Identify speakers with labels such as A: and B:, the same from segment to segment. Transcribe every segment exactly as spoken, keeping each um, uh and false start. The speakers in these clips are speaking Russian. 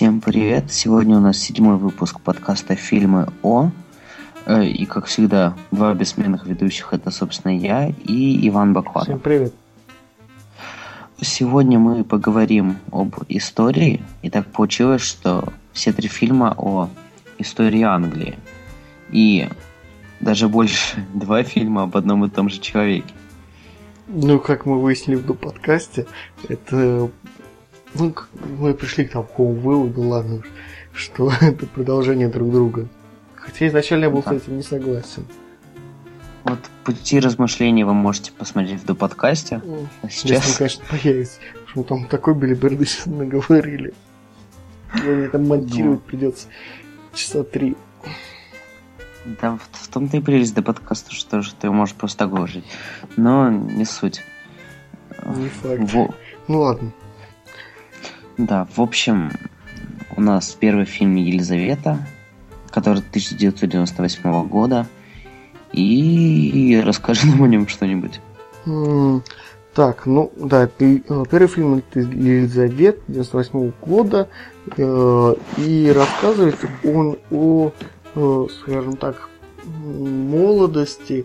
A: Всем привет! Сегодня у нас седьмой выпуск подкаста «Фильмы О». И, как всегда, два бессменных ведущих — это, собственно, я и Иван Бакватов.
B: Всем привет!
A: Сегодня мы поговорим об истории. И так получилось, что все три фильма о истории Англии. И даже больше два фильма об одном и том же человеке.
B: Ну, как мы выяснили в подкасте, это... Ну, мы пришли к такому выводу, ладно уж, что это продолжение друг друга. Хотя изначально я был да. с этим не согласен.
A: Вот пути размышлений вы можете посмотреть в доподкасте.
B: Ну, а сейчас... Если, конечно, появится. Потому что мы там такой билиберды наговорили. Мне там монтировать ну... придется часа три.
A: Да, в, в том-то и прелесть до подкаста, что же ты можешь просто так выложить. Но не суть.
B: Не факт. Во... Ну ладно.
A: Да, в общем, у нас первый фильм «Елизавета», который тысяча девятьсот девяносто восьмого года. И расскажи нам о нем что-нибудь.
B: Mm, так, ну да, первый фильм это «Елизавета» девяносто восьмого года. И рассказывает он о, скажем так, молодости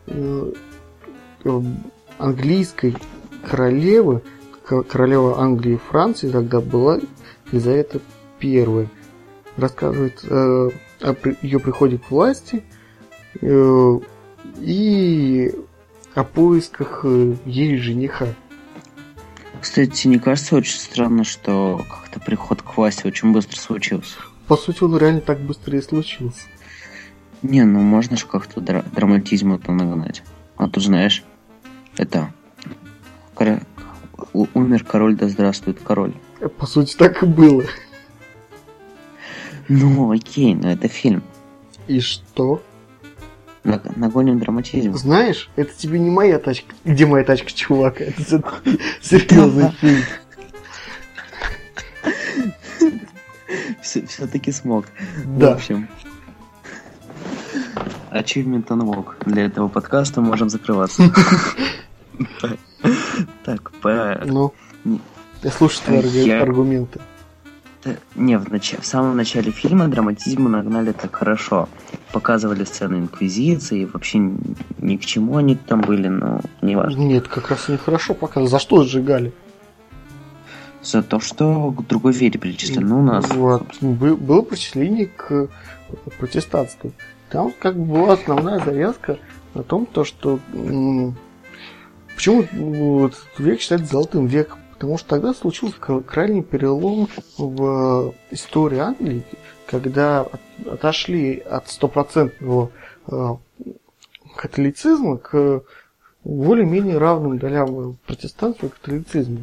B: английской королевы. Королева Англии и Франции тогда была Елизавета Первая. Рассказывает э, о ее приходе к власти э, и о поисках э, ей жениха.
A: Кстати, не кажется очень странно, что как-то приход к власти очень быстро случился?
B: По сути, он реально так быстро и случился.
A: Не, ну можно же как-то дра- драматизму-то нагнать. А тут, знаешь, это... Умер король, да здравствует король.
B: По сути, так и было.
A: Ну, окей, но это фильм.
B: И что?
A: Нагоним драматизм.
B: Знаешь, это тебе не моя тачка. Где моя тачка, чувак? Это серьезный фильм.
A: Все-таки смог.
B: Да.
A: В общем, achievement unlock. Для этого подкаста можем закрываться. Так, по...
B: Ну, я слушаю твои я... аргументы.
A: Да, не, в, нач... в самом начале фильма драматизму нагнали так хорошо. Показывали сцены Инквизиции, вообще ни к чему они там были, но не важно.
B: Нет, как раз нехорошо показывали. За что сжигали?
A: За то, что к другой вере причислены у нас.
B: Вот. Было причисление к протестантству. Там как бы была основная завязка на том, то, что... Почему вот, век считается золотым веком? Потому что тогда случился крайний перелом в истории Англии, когда отошли от стопроцентного католицизма к более-менее равным долям протестанства и католицизма.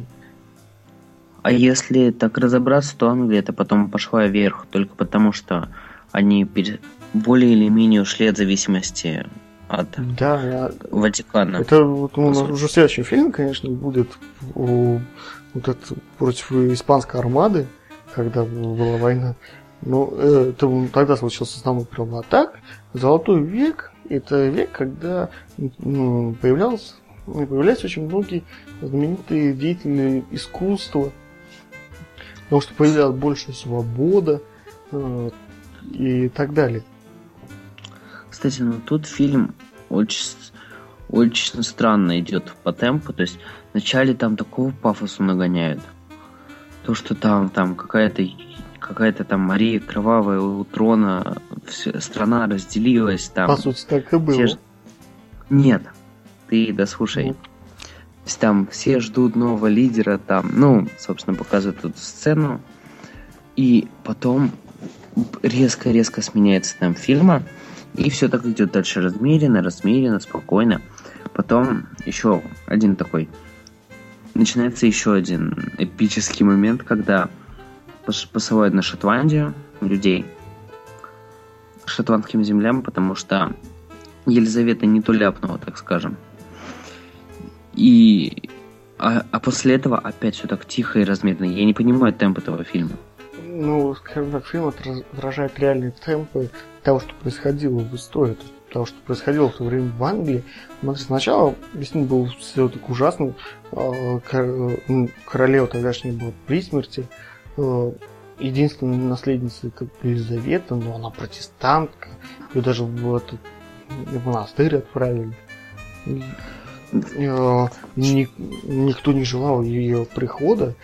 A: А если так разобраться, то Англия это потом пошла вверх, только потому что они более или менее ушли от зависимости от
B: да,
A: Ватикана.
B: Это вот у нас уже следующий фильм, конечно, будет о, вот это, против испанской армады, когда была война. Но это тогда случился основной перелом. А так, золотой век — это век, когда ну, появлялся, появляются очень многие знаменитые деятели искусства, потому что появлялась большая свобода э, и так далее.
A: Кстати, ну тут фильм очень, очень странно идет по темпу. То есть вначале там такого пафоса нагоняют. То, что там, там какая-то какая-то там Мария Кровавая у трона, вся страна разделилась. Там,
B: по сути, так и было.
A: Все... Нет, ты дослушай. Mm. То есть там все ждут нового лидера. Там, ну, собственно, показывают эту сцену. И потом резко-резко сменяется там фильма. И все так идет дальше размеренно, размеренно, спокойно. Потом еще один такой... Начинается еще один эпический момент, когда посылают на Шотландию людей к шотландским землям, потому что Елизавета не то ляпнула, так скажем. И... А, а после этого опять все так тихо и размеренно. Я не понимаю темп этого фильма.
B: Ну, скажем так, фильм отражает реальные темпы того, что происходило в истории, того, что происходило в то время в Англии. Смотри, сначала действительно было все так ужасно. Королева тогдашняя была при смерти. единственная наследница это Елизавета, но она протестантка. Ее даже в этот в монастырь отправили. Ник, никто не желал ее прихода.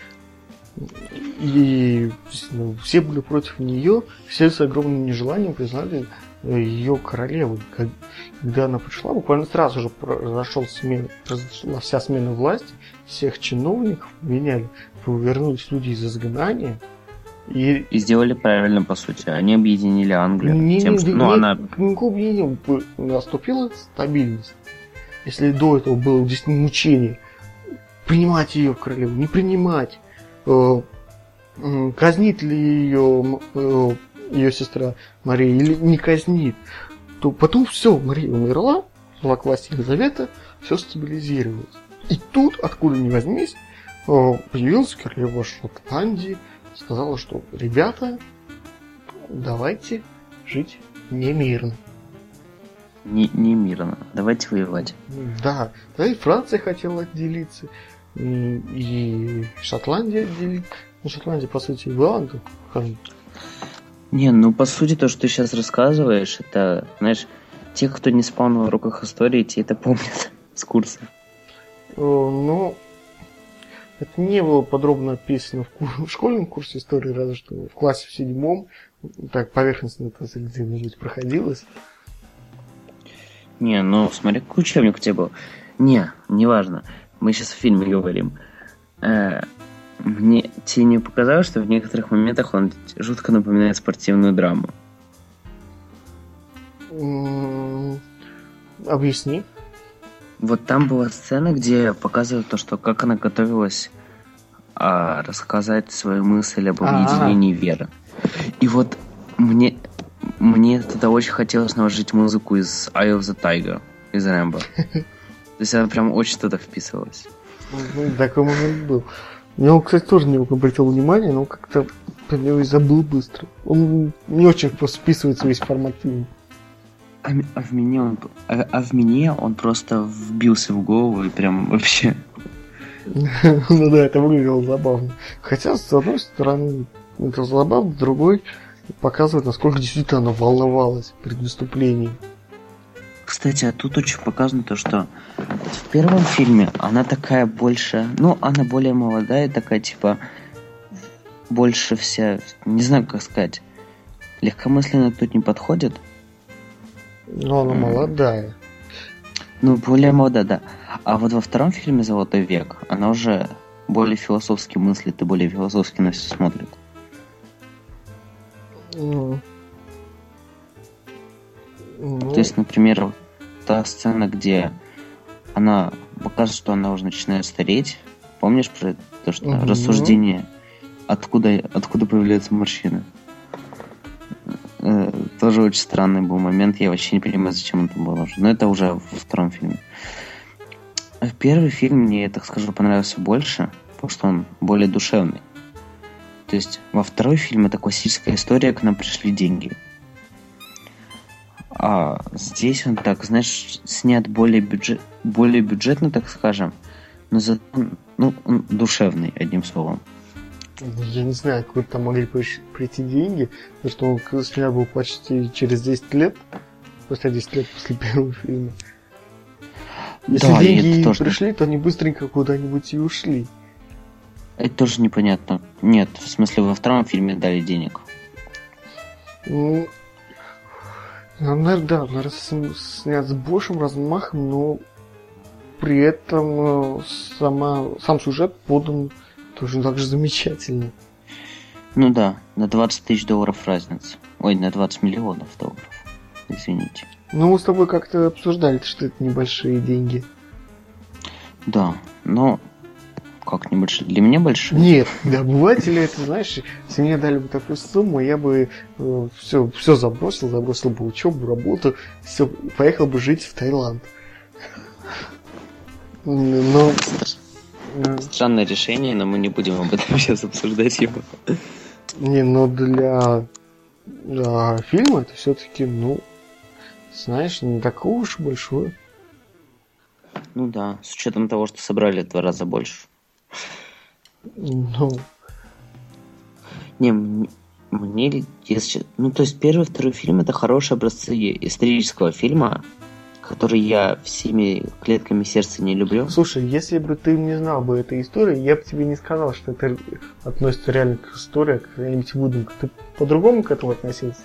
B: И ну, все были против нее, все с огромным нежеланием признали ее королевой. Когда она пришла, буквально сразу же произошел смена, произошла вся смена власти, всех чиновников меняли, вернулись люди из изгнания. И...
A: и сделали правильно, по сути. Они объединили Англию.
B: Не,
A: тем,
B: не,
A: что,
B: не,
A: ну,
B: не,
A: она...
B: к объединению наступила стабильность. Если до этого было здесь мучение, принимать ее в королеву, не принимать, э, э, казнит ли ее, э, ее сестра Мария или не казнит, то потом все, Мария умерла, была к власти Елизавета, все стабилизировалось. И тут, откуда ни возьмись, э, появилась королева Шотландии, сказала, что ребята, давайте жить немирно.
A: Не, не мирно. Давайте воевать.
B: Да, да и Франция хотела отделиться, и, и Шотландия отделить. Ну, Шотландия, по сути, была, скажем.
A: Не, ну, по сути, то, что ты сейчас рассказываешь, это, знаешь, те, кто не спал на уроках истории, те это помнят с курса.
B: Ну, это не было подробно описано в, в школьном курсе истории, разве что в классе в седьмом, так поверхностно это где-нибудь проходилось.
A: Не, ну смотри, какой учебник у тебя был. Не, неважно. Мы сейчас о фильме говорим. Э, мне тебе не показалось, что в некоторых моментах он жутко напоминает спортивную драму?
B: Mm, объясни.
A: Вот там была сцена, где показывают то, что как она готовилась а, рассказать свою мысль об объединении веры. И вот мне... Мне тогда очень хотелось наложить музыку из Eye of the Tiger, из Рэмбо. То есть она прям очень туда вписывалась.
B: Ну, такой момент был. Я, кстати, тоже не обратил внимания, но как-то про него и забыл быстро. Он не очень просто вписывается в весь формат фильма.
A: А, а, в мне он, а, а в мне он просто вбился в голову и прям вообще...
B: Ну да, это выглядело забавно. Хотя, с одной стороны, это забавно, с другой... показывает, насколько действительно она волновалась перед выступлением.
A: Кстати, а тут очень показано то, что в первом фильме она такая больше, ну, она более молодая, такая, типа, больше вся, не знаю, как сказать, легкомысленно тут не подходит.
B: Но она молодая.
A: Ну, более молодая, да. А вот во втором фильме «Золотой век» она уже более философски мыслит и более философски на все смотрит.
B: Ну, ну...
A: То есть, например, та сцена, где она показывает, что она уже начинает стареть. Помнишь про то, что угу. рассуждение, откуда, откуда появляются морщины? Э, тоже очень странный был момент. Я вообще не понимаю, зачем это было. Но это уже во втором фильме. Первый фильм мне, так скажу, понравился больше, потому что он более душевный. То есть во второй фильм это классическая история, к нам пришли деньги. А здесь он так, знаешь, снят более, бюджет, более бюджетно, так скажем, но зато ну, он душевный, одним словом.
B: Я не знаю, откуда там могли прийти деньги, потому что он снят был почти через десять лет, спустя десять лет после первого фильма. Если да, деньги тоже... пришли, то они быстренько куда-нибудь и ушли.
A: Это тоже непонятно. Нет, в смысле, во втором фильме дали денег.
B: Ну, наверное, да, наверное, снят с большим размахом, но при этом сама, сам сюжет подан тоже так же замечательно.
A: Ну да, на двадцать тысяч долларов разница. Ой, на двадцать миллионов долларов. Извините.
B: Ну, мы с тобой как-то обсуждали, что это небольшие деньги.
A: Да, но... Как небольшие? Для меня большие?
B: Нет, для обывателя это, знаешь, если мне дали бы такую сумму, я бы э, все, все забросил, забросил бы учебу, работу, все, поехал бы жить в Таиланд. Но...
A: Странное решение, но мы не будем об этом сейчас обсуждать его.
B: Не, но для, для фильма это все-таки, ну, знаешь, не такое уж большое.
A: Ну да, с учетом того, что собрали в два раза больше.
B: Ну.
A: Не, мне, мне если... Ну, то есть первый и второй фильм это хорошие образцы исторического фильма, который я всеми клетками сердца не люблю.
B: Слушай, если бы ты не знал бы этой истории, я бы тебе не сказал, что это относится реально к истории, к какой-нибудь выдумке. Ты по-другому к этому относился?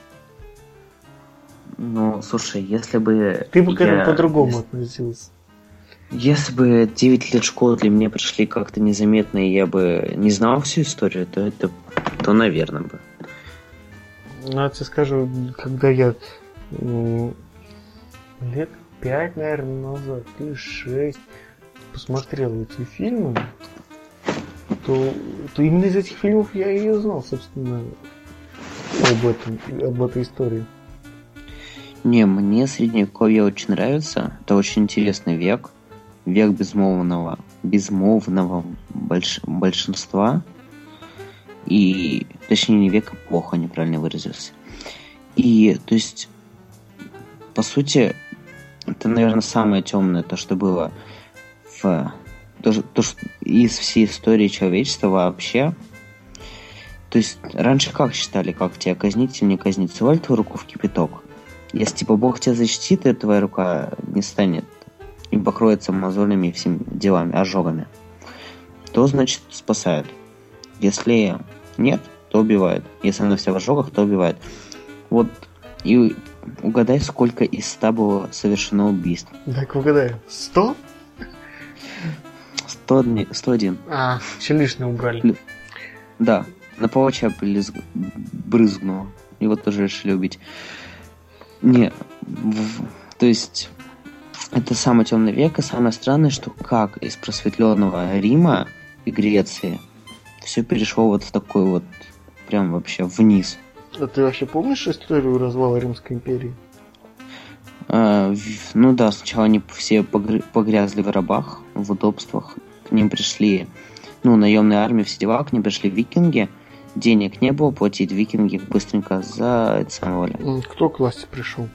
A: Ну, слушай, если бы...
B: Ты бы к этому
A: я...
B: по-другому
A: если...
B: относился.
A: Если бы девять лет школы для меня пришли как-то незаметно, и я бы не знал всю историю, то это... то, наверное, бы.
B: Ну, я тебе скажу, когда я м- лет пять, наверное, назад, или шесть посмотрел эти фильмы, то, то именно из этих фильмов я и узнал, собственно, об этом, об этой истории.
A: Не, мне Средневековье очень нравится. Это очень интересный век. Век безмолвного, безмолвного больш... большинства. И, точнее, не век, а плохо, неправильно выразился. И, то есть, по сути, это, наверное, самое темное, то, что было в... То, то, что из всей истории человечества вообще. То есть, раньше как считали, как тебя казнить или не казнить? Сували твою руку в кипяток. Если, типа, Бог тебя защитит, и твоя рука не станет и покроется мозолями и всеми делами, ожогами, то, значит, спасают. Если нет, то убивают. Если она вся в ожогах, то убивают. Вот, и угадай, сколько из ста было совершено убийств.
B: Так, угадай. Сто?
A: Сто, сто один.
B: А, еще лишнее убрали.
A: Да, на палача брызгнуло. Его тоже решили убить. Не, в, то есть это самый темный век, и самое странное, что как из просветленного Рима и Греции все перешло вот в такой вот прям вообще вниз.
B: А ты вообще помнишь историю развала Римской империи?
A: А, в, ну да, сначала они все погры, погрязли в рабах, в удобствах. К ним пришли, ну, наемные армии, все дела, к ним пришли викинги. Денег не было, платить викинги быстренько за это самое.
B: Кто к власти пришел?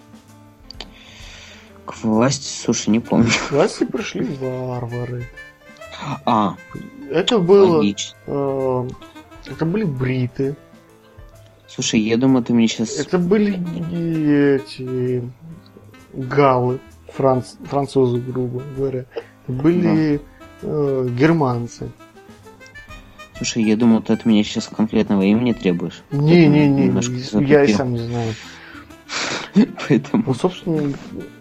A: К власти, слушай, не помню.
B: К власти пришли варвары.
A: А,
B: это было...
A: логично.
B: Э, это были бриты.
A: Слушай, я думаю, ты мне сейчас...
B: Это были эти... галлы, франц... французы, грубо говоря. Это были да. э, германцы.
A: Слушай, я думал, ты от меня сейчас конкретного имени требуешь.
B: Не-не-не, я и сам не знаю.
A: Поэтому...
B: Ну, собственно,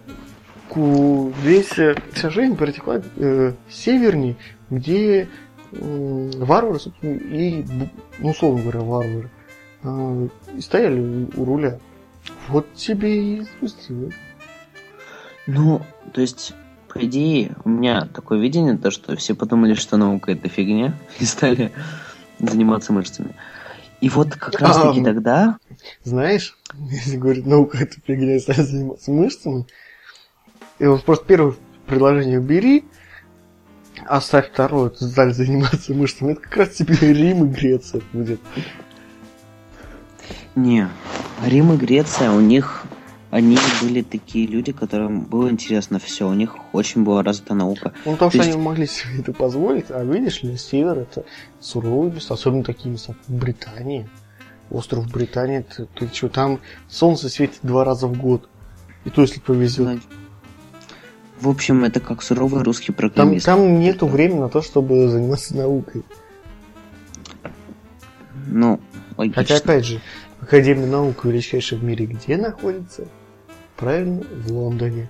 B: весь, вся жизнь протекла э, северней, где э, варвары, собственно, и, ну, условно говоря, варвары, э, стояли у руля. Вот тебе и спустилось.
A: Ну, то есть... По идее, у меня такое видение, то, что все подумали, что наука это фигня, и стали заниматься мышцами. И вот как раз таки а, тогда...
B: Знаешь, если говорить, наука это фигня, и стали заниматься мышцами, и вот просто первое предложение убери, оставь второе, стали заниматься мышцами, это как раз тебе Рим и Греция будет.
A: Не, Рим и Греция, у них... Они были такие люди, которым было интересно все. У них очень была развита наука.
B: Ну, потому
A: То
B: что
A: есть...
B: они могли себе это позволить. А видишь ли, север это суровый место, особенно такие места, как Британия. Остров Британия, ты, ты что, там солнце светит два раза в год. И то, если повезет.
A: В общем, это как суровый русский программист.
B: Там, там нету времени на то, чтобы заниматься наукой.
A: Ну, логично.
B: Хотя, опять же, Академия наук величайшая в мире где находится? Правильно, в Лондоне.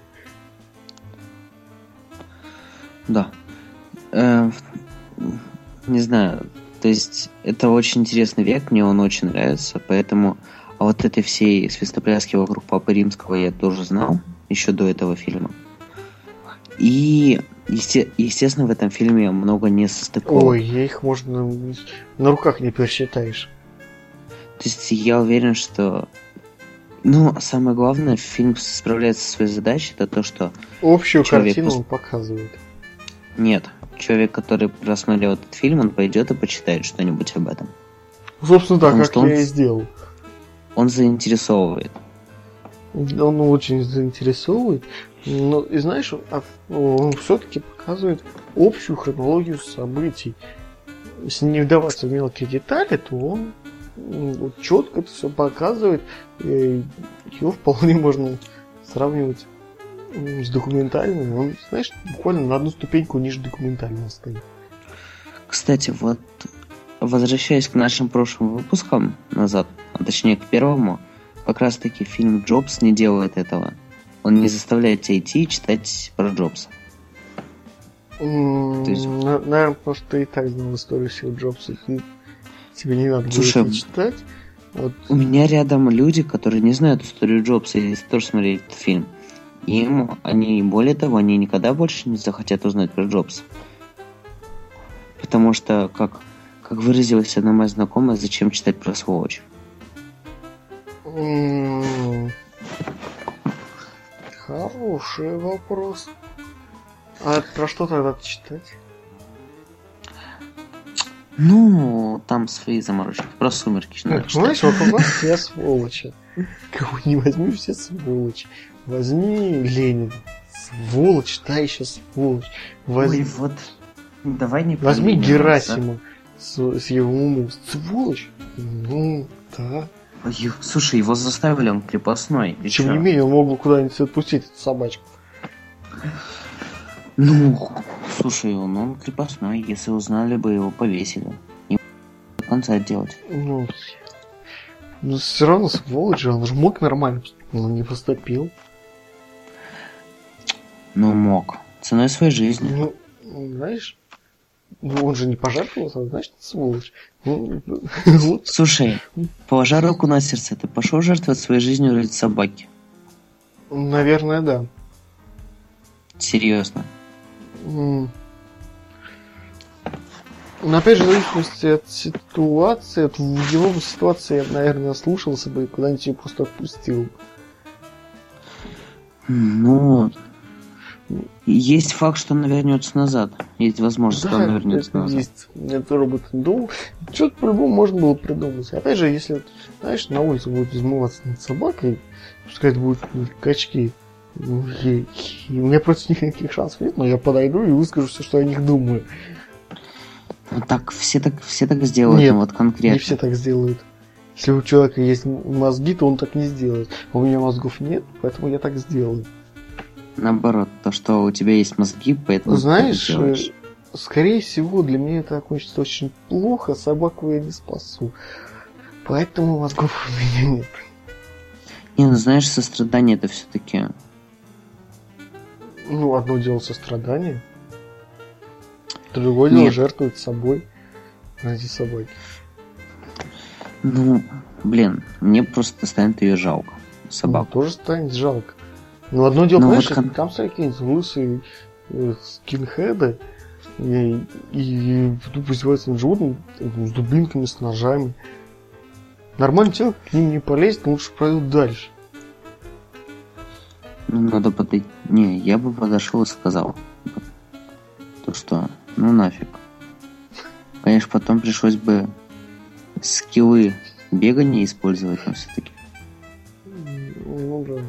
A: Да. Э, не знаю. То есть, это очень интересный век, мне он очень нравится, поэтому... А вот этой всей свистопляски вокруг Папы Римского я тоже знал, еще до этого фильма. И, есте- естественно, в этом фильме много несостыковок.
B: Ой, их можно на руках не пересчитаешь.
A: То есть, я уверен, что... Ну, самое главное, фильм справляется со своей задачей, это то, что...
B: Общую
A: человек
B: картину
A: пос...
B: он показывает.
A: Нет. Человек, который просмотрел этот фильм, он пойдет и почитает что-нибудь об этом.
B: Собственно, да,
A: Потому
B: как я
A: он...
B: и сделал.
A: Он заинтересовывает.
B: Он очень заинтересовывает. Но, и знаешь, он все-таки показывает общую хронологию событий. Если не вдаваться в мелкие детали, то он вот, четко это все показывает. И его вполне можно сравнивать с документальным. Он, знаешь, буквально на одну ступеньку ниже документального стоит.
A: Кстати, вот возвращаясь к нашим прошлым выпускам назад, а точнее к первому, как раз таки фильм «Джобс» не делает этого. Он не заставляет тебя идти и читать про Джобса.
B: Mm,
A: есть...
B: Наверное, потому что ты и так знал историю всех Джобсов, и тебе не надо
A: Слушай,
B: будет читать. Вот.
A: У меня рядом люди, которые не знают историю Джобса и тоже смотрели этот фильм. Им они, более того, они никогда больше не захотят узнать про Джобса. Потому что, как, как выразилась одна моя знакомая, зачем читать про сволочь?
B: Mm. Хороший вопрос. А про что тогда читать?
A: Ну, там свои заморочки. Про «Сумерки».
B: Ну, знаешь, вот у нас все сволочи. Кого не возьми, все сволочи. Возьми Ленина. Сволочь, та еще сволочь. Возьми...
A: Ой, вот... Давай не
B: Возьми Герасима с, с его умом. Сволочь. Ну, да.
A: Ой, слушай, его заставили, он крепостной.
B: И Тем чё? не менее, он мог бы куда-нибудь отпустить эту собачку.
A: Ну, слушай, он, он крепостной. Если узнали бы, его повесили. Не до конца делать.
B: Ну, но все равно сволочь же, он же мог нормально, но не поступил.
A: Ну, мог. Ценой своей жизни.
B: Ну, знаешь, ну он же не пожертвовал, значит, сволочь. Ну,
A: слушай, положа руку на сердце, ты пошел жертвовать своей жизнью ради собаки?
B: Наверное, да.
A: Серьезно?
B: Mm. Но опять же, в зависимости от ситуации, от его ситуации я, наверное, слушался бы и куда-нибудь ее просто отпустил.
A: Ну, есть факт, что он вернется назад. Есть возможность,
B: да,
A: что он вернется
B: это
A: назад.
B: Есть. Я тоже об этом думал. Что-то по-любому можно было придумать. Опять же, если, знаешь, на улице будет измываться над собакой, пускай это будут качки, и, и у меня против них никаких шансов нет, но я подойду и выскажу все, что я о них думаю.
A: Ну, так все так все так сделают,
B: нет,
A: но вот конкретно.
B: Не все так сделают. Если у человека есть мозги, то он так не сделает. А у меня мозгов нет, поэтому я так сделаю.
A: Наоборот, то, что у тебя есть мозги, поэтому...
B: Знаешь, скорее всего, для меня это окончится очень плохо, собаку я не спасу. Поэтому мозгов у меня нет.
A: Не, ну знаешь, сострадание это все-таки...
B: Ну, одно дело сострадание, другое дело жертвовать собой ради собаки.
A: Ну, блин, мне просто станет ее жалко. Собаку.
B: Ну, тоже станет жалко. Но одно дело,
A: ну,
B: знаешь,
A: вот кон...
B: там стоят какие-нибудь лысые э, скинхеды и, и, и издеваются над животными с дубинками, с ножами. Нормальный человек к ним не полезет, лучше пройдут дальше.
A: Ну, надо подойти. Не, я бы подошел и сказал. То, что, ну нафиг. Конечно, потом пришлось бы скиллы бегания использовать, но все-таки.
B: Ну да.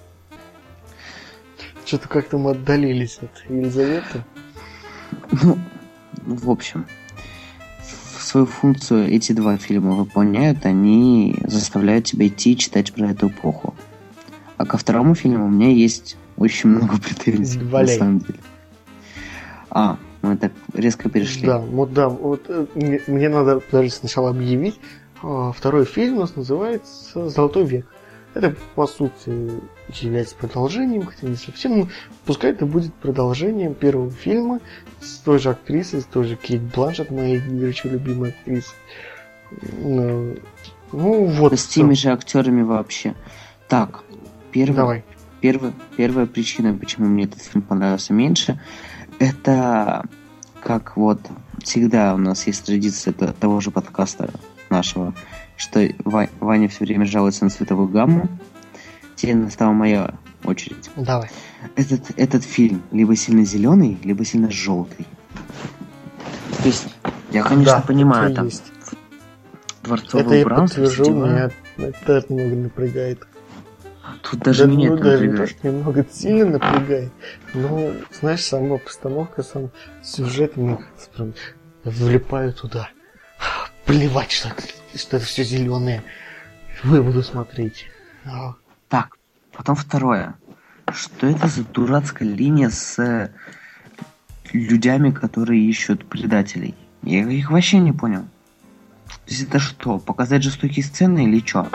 B: Что-то как-то мы отдалились от Елизаветы.
A: Ну, в общем, свою функцию эти два фильма выполняют, они заставляют тебя идти и читать про эту эпоху. А ко второму фильму у меня есть очень много претензий,
B: Валяй.
A: На самом деле. А, мы так резко перешли.
B: Да, вот да, вот мне, мне надо даже сначала объявить. Второй фильм у нас называется «Золотой век». Это, по сути, является продолжением, хотя не совсем, но пускай это будет продолжением первого фильма с той же актрисой, с той же Кейт Бланшетт, моей горячо любимой актрисой. Ну, ну вот.
A: С теми же актерами вообще. Так, первый,
B: Давай.
A: Первый, первая причина, почему мне этот фильм понравился меньше, это как вот всегда у нас есть традиция того же подкаста нашего, что Ваня все время жалуется на цветовую гамму. Теперь настала моя очередь.
B: Давай.
A: Этот, этот фильм либо сильно зеленый, либо сильно желтый. То есть, я, конечно,
B: да,
A: понимаю, там
B: есть.
A: дворцовое убранство.
B: Это я подтвержу, меня это немного напрягает.
A: Тут даже
B: да,
A: меня
B: ну,
A: это
B: даже
A: напрягает.
B: не то, немного сильно напрягает. Но, знаешь, сама постановка, сам сюжет меня прям влипаю туда. Плевать, что это что это все зеленое. Я буду смотреть. А.
A: Так, потом второе. Что это за дурацкая линия с людьми, которые ищут предателей? Я их вообще не понял. То есть это что, показать жестокие сцены или что?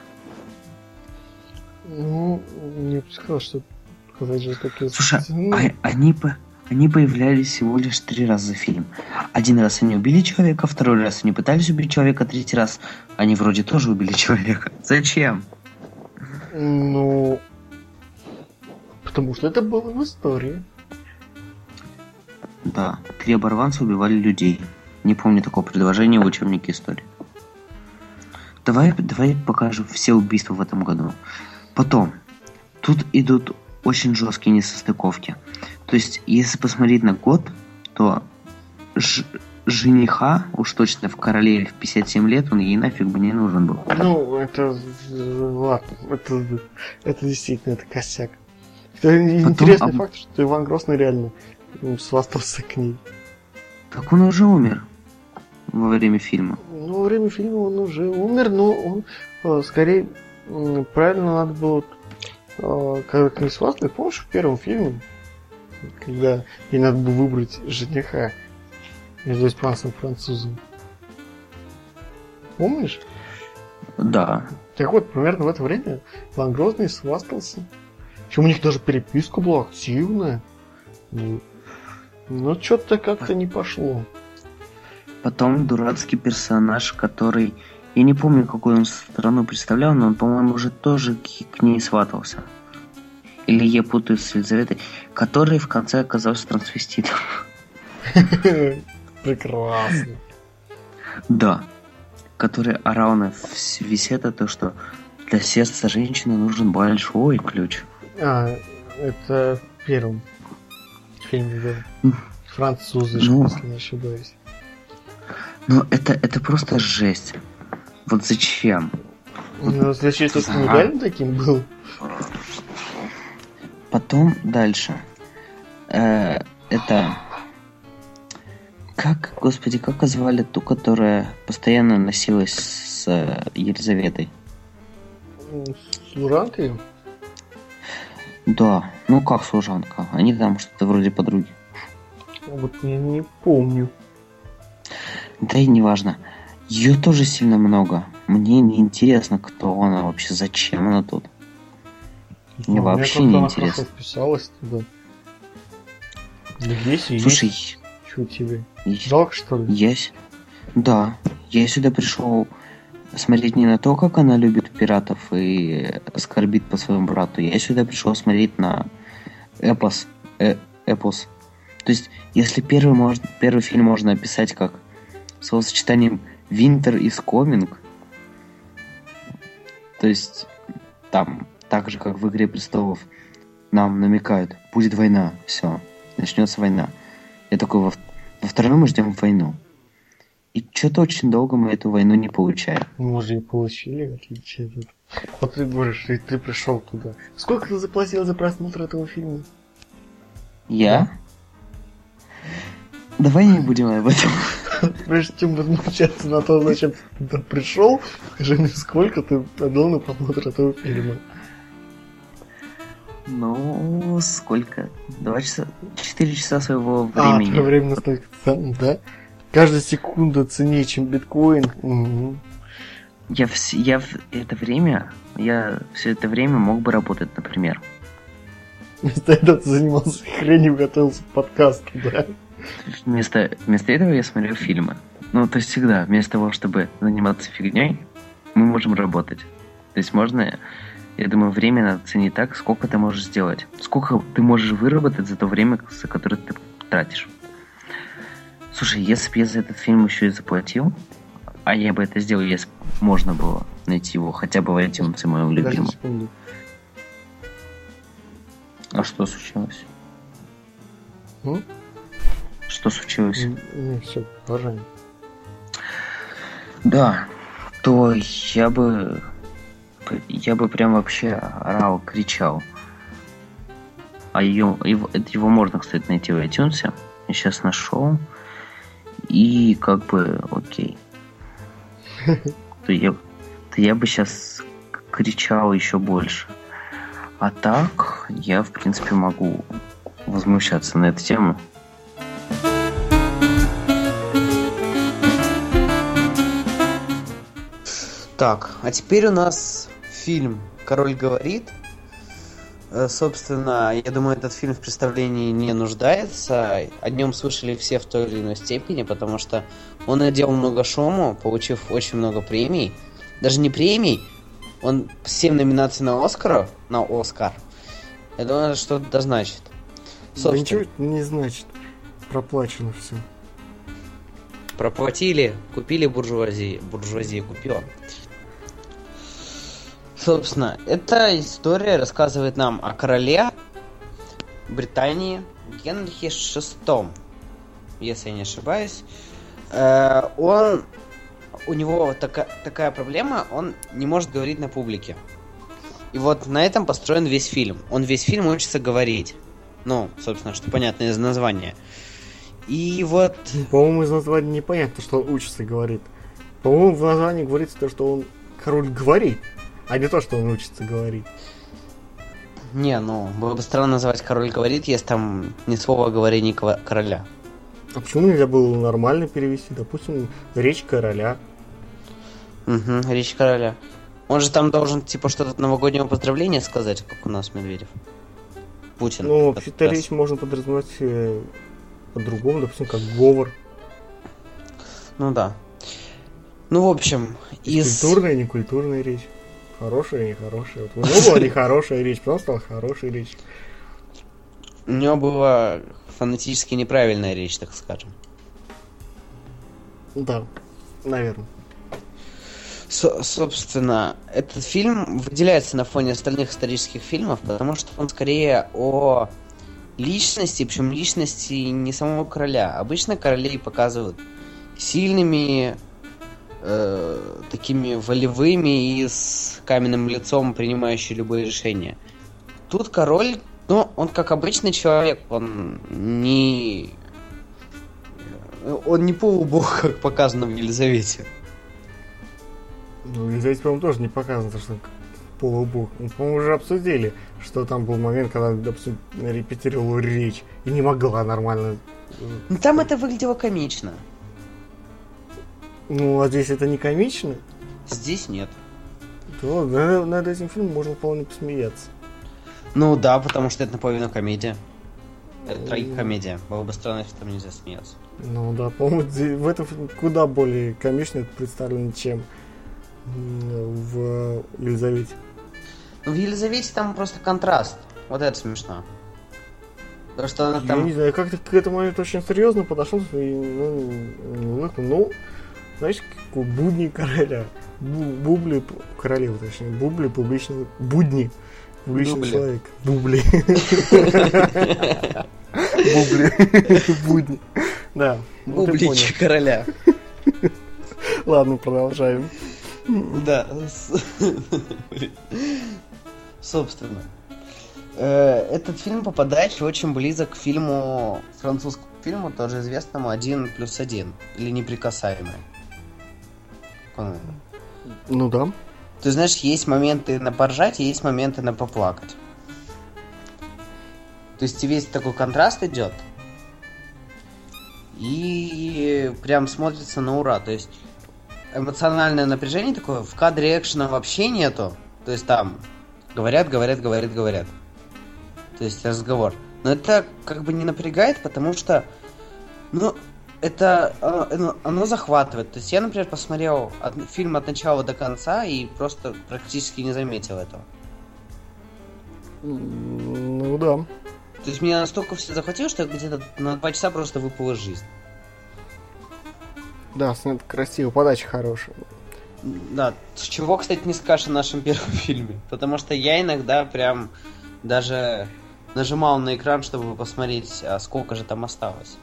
B: Ну, не бы сказал, что показать жестокие
A: Слушай,
B: сцены.
A: а, они, по, они появлялись всего лишь три раза за фильм. Один раз они убили человека, второй раз они пытались убить человека, третий раз они вроде тоже убили человека. Зачем?
B: Ну, потому что это было в истории.
A: Да, три оборванца убивали людей. Не помню такого предложения в учебнике истории. Давай, давай покажем все убийства в этом году. Потом, тут идут очень жесткие несостыковки. То есть, если посмотреть на год, то ж- жениха, уж точно в «Королеве» в пятьдесят семь лет, он ей нафиг бы не нужен был.
B: Ну, это... Ладно, это, это действительно это косяк. Это интересный
A: Потом,
B: факт, что Иван Грозный реально сватался к ней.
A: Так он уже умер во время фильма.
B: Ну, во время фильма он уже умер, но он э, скорее э, правильно надо было, э, когда к ней сватали, помнишь, в первом фильме, когда ей надо было выбрать жениха между испанцем и французом. Помнишь?
A: Да.
B: Так вот, примерно в это время Иван Грозный сватался. Причем у них даже переписка была активная. Ну, но что-то как-то не пошло.
A: Потом дурацкий персонаж, который... Я не помню, какую он страну представлял, но он, по-моему, уже тоже к, к ней сватался. Или я путаю с Елизаветой, который в конце оказался трансвеститом.
B: Прекрасно.
A: Да. Который орал на весь это, то, что для сердца женщины нужен большой ключ.
B: А, это в первом фильме был. Французы, ну, если не ошибаюсь.
A: Ну, это, это просто жесть. Вот зачем?
B: Ну, значит, это не реально таким был.
A: Потом дальше. Э, это... Как, господи, как звали ту, которая постоянно носилась с Елизаветой?
B: Служанкой?
A: Да, ну как служанка? Они там что-то вроде подруги.
B: Вот я не помню.
A: Да и неважно. Ее тоже сильно много. Мне не интересно, кто она вообще, зачем она тут. Мне
B: ну,
A: вообще
B: не
A: интересно.
B: Она хорошо вписалась туда. Здесь и
A: Слушай,
B: есть. Чё тебе?
A: Я...
B: Жалко, что ли?
A: Я... Да, я сюда пришел смотреть не на то, как она любит пиратов и скорбит по своему брату. Я сюда пришел смотреть на эпос. Э, эпос. То есть, если первый, можно, первый фильм можно описать как словосочетанием Winter is coming, то есть там, так же, как в «Игре престолов», нам намекают, будет война, все, начнется война. Я такой, во, во втором мы ждем войну. И что-то очень долго мы эту войну не получаем.
B: Может, и получили, в отличие от этого. Вот ты говоришь, ты, ты пришел туда. Сколько ты заплатил за просмотр этого фильма?
A: Я? Да. Давай не будем об этом.
B: Прежде чем возмущаться на то, зачем ты туда пришел, скажи мне, сколько ты отдал на просмотр этого фильма?
A: Ну, сколько? Два часа? Четыре часа своего времени.
B: А, твое время настолько ценно, да? Каждая секунда ценнее, чем биткоин. Угу.
A: Я, в, я в это время, я все это время мог бы работать, например.
B: Вместо этого ты занимался хренью, готовился к подкасту, да?
A: Вместо, вместо этого я смотрел фильмы. Ну, то есть всегда, вместо того, чтобы заниматься фигней, мы можем работать. То есть можно, я думаю, время надо ценить так, сколько ты можешь сделать. Сколько ты можешь выработать за то время, за которое ты тратишь. Слушай, если бы я за этот фильм еще и заплатил, а я бы это сделал, если бы можно было найти его хотя бы в iTunes, моем любимом. А что случилось?
B: Ну?
A: Что случилось?
B: Не, все, уважаем.
A: Да, то я бы... Я бы прям вообще орал, кричал. А ее, его, его можно, кстати, найти в iTunes. Я сейчас нашел. И как бы окей. то я, то я бы сейчас кричал еще больше. А так, я, в принципе, могу возмущаться на эту тему.
C: Так, а теперь у нас фильм «Король говорит». Собственно, я думаю, этот фильм в представлении не нуждается. О нем слышали все в той или иной степени, потому что он наделал много шума, получив очень много премий. Даже не премий, он семь номинаций на Оскар, на Оскар. Я думаю, это что-то да значит.
B: Да ничего не значит. Проплачено все.
C: Проплатили, купили буржуазии. Буржуазия купила. Собственно, эта история рассказывает нам о короле Британии Генрихе шестом, если я не ошибаюсь. Э, он, у него така, такая проблема, он не может говорить на публике. И вот на этом построен весь фильм. Он весь фильм учится говорить. Ну, собственно, что понятно из названия. И вот...
B: По-моему, из названия непонятно, что он учится говорить. По-моему, в названии говорится то, что он король говорит. А не то, что он учится говорить.
C: Не, ну, было бы странно называть «Король говорит», если там ни слова говорения короля.
B: А почему нельзя было нормально перевести? Допустим, речь короля.
C: Угу, речь короля. Он же там должен, типа, что-то новогоднего поздравления сказать, как у нас Медведев. Путин.
B: Ну, вообще-то речь можно подразумевать э, по-другому, допустим, как говор.
C: Ну да. Ну, в общем, из...
B: Культурная и некультурная речь. Хорошая и нехорошая. Вот у него была нехорошая речь, потом стала хорошая речь.
C: У него была фонетически неправильная речь, так скажем.
B: Да, наверное.
C: Со- собственно, этот фильм выделяется на фоне остальных исторических фильмов, потому что он скорее о личности, причем личности не самого короля. Обычно королей показывают сильными, э, такими волевыми и с каменным лицом, принимающими любые решения. Тут король, ну, он как обычный человек, он не... Он не полубог, как показано в Елизавете.
B: Ну, Елизавете, по-моему, тоже не показано, что он полубог. Мы, по-моему, уже обсудили, что там был момент, когда, допустим, репетировала речь и не могла нормально...
C: Ну, там это выглядело комично.
B: Ну, а здесь это не комично?
C: Здесь нет.
B: То над, над этим фильмом можно вполне посмеяться.
C: Ну да, потому что это наполовину комедия. Это трагикомедия. Было бы странно, если там нельзя смеяться.
B: Ну да, по-моему, в этом фильме куда более комично это представлено, чем в Елизавете.
C: Ну, в Елизавете там просто контраст. Вот это смешно. Потому что она там...
B: Я не знаю, как-то к этому моменту очень серьезно подошел и, ну, не улыбку, ну, знаешь, как будни короля. Бубли, королева, точнее, бубли, публичный, будни, публичный
C: Дубли.
B: человек. Бубли. Бубли. Будни. Да.
C: Бубличи короля.
B: Ладно, продолжаем.
C: Да. Собственно. Этот фильм по подаче очень близок к фильму, французскому фильму, тоже известному «Один плюс один» или «Неприкасаемый».
B: Ну да.
C: Ты знаешь, есть моменты на поржать и есть моменты на поплакать. То есть весь такой контраст идет. И прям смотрится на ура. То есть эмоциональное напряжение такое, в кадре экшена вообще нету. То есть там говорят, говорят, говорят, говорят. То есть разговор. Но это как бы не напрягает, потому что, ну, это оно, оно захватывает. То есть я, например, посмотрел от, фильм от начала до конца и просто практически не заметил этого.
B: Ну да.
C: То есть меня настолько все захватило, что я где-то на два часа просто выпал из жизни.
B: Да, снят красиво, подача хорошая.
C: Да, с чего, кстати, не скажешь о нашем первом фильме. Потому что я иногда прям даже нажимал на экран, чтобы посмотреть, а сколько же там осталось.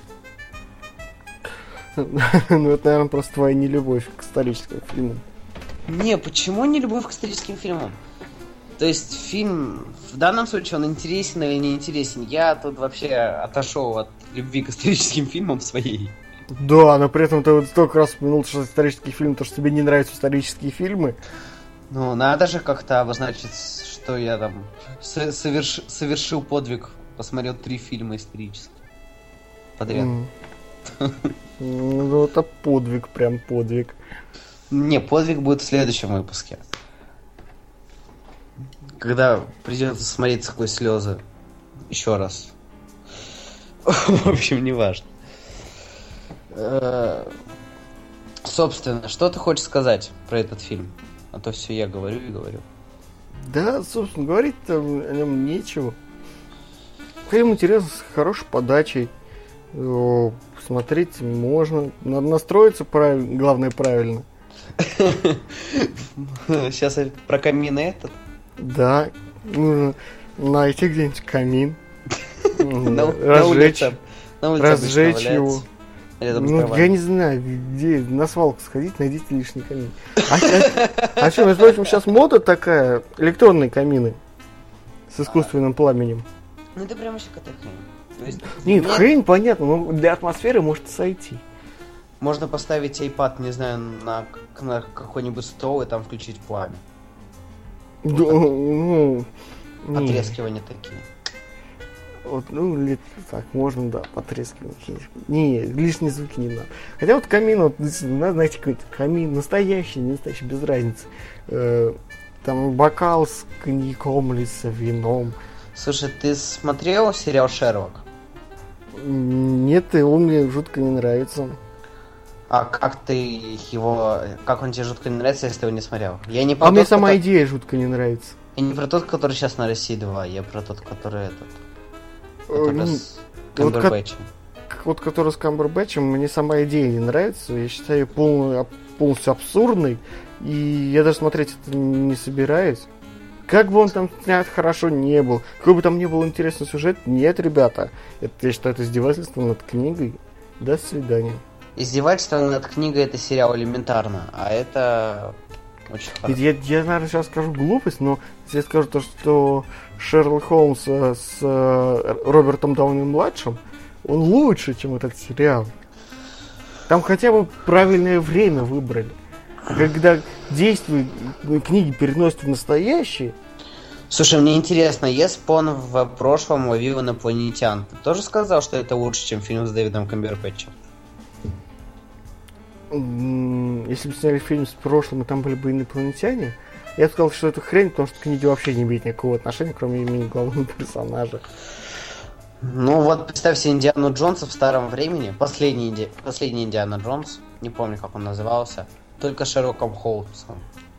B: Ну, это, наверное, просто твоя нелюбовь к историческим фильмам.
C: Не, почему не любовь к историческим фильмам? То есть фильм, в данном случае, он интересен или не интересен. Я тут вообще отошел от любви к историческим фильмам своей.
B: Да, но при этом ты вот столько раз упомянул, что исторический фильм, то, что тебе не нравятся исторические фильмы.
C: Ну, надо же как-то обозначить, что я там соверш... совершил подвиг, посмотрел три фильма исторических подряд.
B: Mm. Ну, это подвиг, прям подвиг.
C: Не, подвиг будет в следующем выпуске. Когда придется смотреть сквозь слезы. Еще раз. В общем, не важно. Собственно, что ты хочешь сказать про этот фильм? А то все я говорю и говорю.
B: Да, собственно, говорить-то о нем нечего. Фильм интересный, с хорошей подачей. Смотреть можно. Надо настроиться правильно, главное правильно.
C: Сейчас про камин этот?
B: Да, нужно найти где-нибудь камин.
C: Разжечь.
B: Разжечь его. Ну, я не знаю, где на свалку сходить, найдите лишний камин. А, а, а что, между прочим, сейчас мода такая, электронные камины с искусственным пламенем.
C: Ну, это прям вообще какая-то хрень.
B: Нет, нет, хрень, понятно, но для атмосферы может сойти.
C: Можно поставить iPad, не знаю, на, на какой-нибудь стол и там включить пламя.
B: Да, ну...
C: Потрескивания такие.
B: Вот, ну, лет, так, можно, да, потрескивать. Не, лишние звуки не надо. Хотя вот камин, вот, надо найти какой-то камин, настоящий, не настоящий, без разницы. Э, там бокал с коньяком или с вином.
C: Слушай, ты смотрел сериал «Шерлок»?
B: Нет, и он мне жутко не нравится.
C: А как ты его... Как он тебе жутко не нравится, если ты его не смотрел? Я не
B: а
C: про
B: мне
C: тот,
B: сама
C: который...
B: идея жутко не нравится.
C: Я не про тот, который сейчас на России два, я про тот, который этот...
B: Который
C: ну, с Камбербэтчем.
B: Вот, вот который с Камбербэтчем, мне сама идея не нравится. Я считаю ее полную, полностью абсурдной. И я даже смотреть это не собираюсь. Как бы он там снят хорошо не был, какой бы там ни был интересный сюжет, нет, ребята. Это, я считаю, это издевательство над книгой. До свидания.
C: Издевательство над книгой — это сериал «Элементарно», а это очень хорошо.
B: Я, я, наверное, сейчас скажу глупость, но если я скажу то, что Шерлок Холмс с э, Робертом Дауни-младшим, он лучше, чем этот сериал. Там хотя бы правильное время выбрали. Когда действия книги переносят в настоящее.
C: Слушай, мне интересно, если бы он в прошлом ловил инопланетян, ты тоже сказал, что это лучше, чем фильм с Дэвидом Камбербэтчем?
B: Если бы сняли фильм с прошлым, и там были бы инопланетяне, я бы сказал, что это хрень, потому что книги вообще не имеют никакого отношения, кроме имени главного персонажа.
C: Ну вот, представь себе Индиану Джонса в старом времени, последний, Инди... последний Индиана Джонс, не помню, как он назывался, только Шерлоком Холмсом.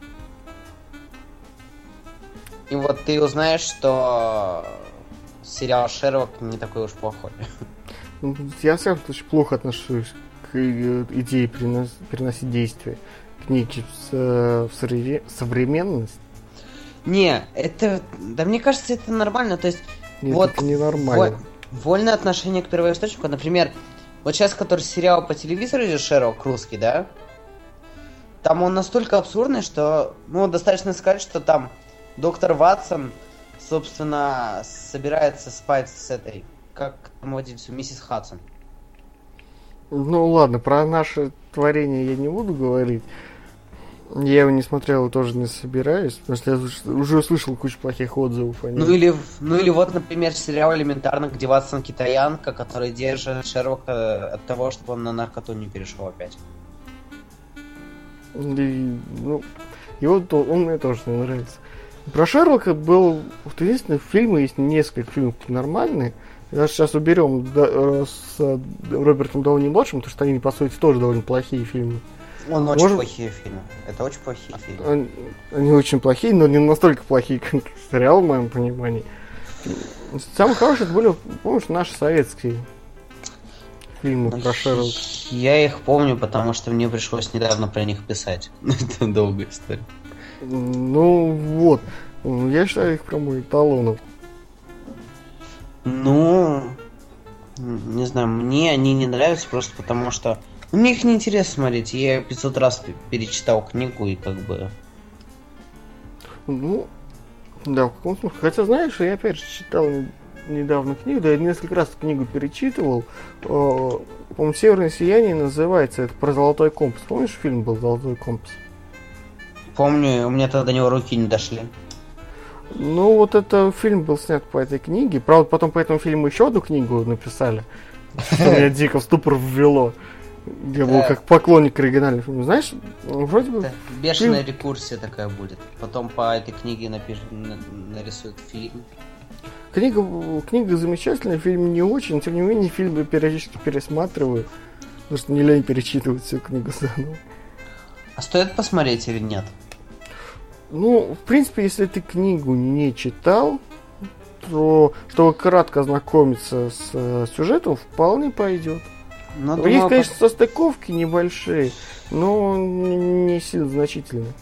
C: И вот ты узнаешь, что сериал «Шерлок» не такой уж плохой.
B: Я сам очень плохо отношусь к идее перенос... переносить действия книги в, в современность.
C: Не, это... Да мне кажется, это нормально, то есть...
B: Нет,
C: вот
B: это ненормально.
C: Вольное отношение к первоисточнику, например, вот сейчас, который сериал по телевизору идет, «Шерлок» русский, да? Там он настолько абсурдный, что, ну, достаточно сказать, что там доктор Ватсон, собственно, собирается спать с этой, как там владельцу, миссис Хадсон.
B: Ну ладно, про наше творение я не буду говорить. Я его не смотрел и тоже не собираюсь, потому что я уже услышал кучу плохих отзывов о нем.
C: Ну или, ну или вот, например, сериал «Элементарно», где Ватсон китаянка, которая держит Шерлока от того, чтобы он на наркоту не перешел опять.
B: И, ну, и вот он мне тоже не нравится. Про Шерлока был... Вот единственное, фильмы есть несколько фильмов нормальные. Даже сейчас уберем да, с Робертом Дауни-младшим, потому что они, по сути, тоже довольно плохие фильмы.
C: Он очень
B: Может...
C: плохие фильмы. Это очень плохие фильмы.
B: Они, они очень плохие, но не настолько плохие, как сериал, в моем понимании. Самые хорошие это были, помнишь, наши советские фильмы про Шерлока.
C: Я их помню, потому что мне пришлось недавно про них писать. Это долгая история.
B: Ну вот. Я считаю их прям эталоном.
C: Ну, не знаю, мне они не нравятся просто потому, что мне их неинтересно смотреть. Я пятьсот раз перечитал книгу и как бы...
B: Ну, да, в каком смысле. Хотя, знаешь, я опять же читал недавно книгу, да, я несколько раз эту книгу перечитывал. По-моему, «Северное сияние» называется, это про Золотой компас. Помнишь, фильм был «Золотой компас»?
C: Помню, у меня тогда до него руки не дошли.
B: Ну, вот это фильм был снят по этой книге. Правда, потом по этому фильму еще одну книгу написали, что меня дико в ступор ввело. Я был как поклонник оригинального фильма. Знаешь, вроде бы...
C: Бешеная рекурсия такая будет. Потом по этой книге напишут, нарисуют фильм.
B: Книга, книга замечательная, фильм не очень, но тем не менее фильм я периодически пересматриваю, потому что не лень перечитывать всю книгу заново.
C: А стоит посмотреть или нет?
B: Ну, в принципе, если ты книгу не читал, то, чтобы кратко ознакомиться с э, сюжетом, вполне пойдет. Ну, есть, думаю, конечно, по... состыковки небольшие, но не сильно значительные.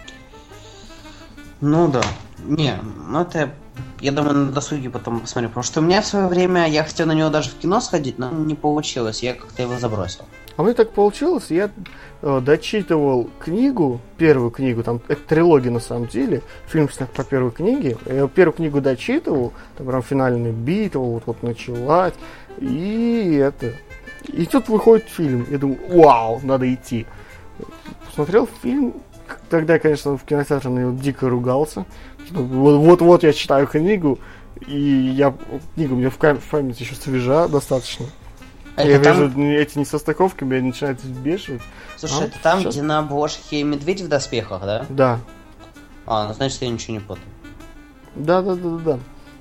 C: Ну да. Не, ну это, я думаю, на досуге потом посмотрю. Потому что у меня в свое время, я хотел на него даже в кино сходить, но не получилось, я как-то его забросил.
B: А мне так получилось, я э, дочитывал книгу, первую книгу, там это трилогия на самом деле, фильм снят по первой книге, я первую книгу дочитывал, там прям финальная битва, вот-вот началась, и это... И тут выходит фильм, я думаю, вау, надо идти. Посмотрел фильм, тогда, конечно, в кинотеатре на него дико ругался, вот-вот я читаю книгу, и я книга у меня в памяти еще свежа достаточно. Это я там... вижу эти несостыковки, меня начинают взбешивать.
C: Слушай,
B: а,
C: это там,
B: сейчас...
C: где на обложке медведь в доспехах, да?
B: Да.
C: А, ну значит я ничего не путаю.
B: Да-да-да-да.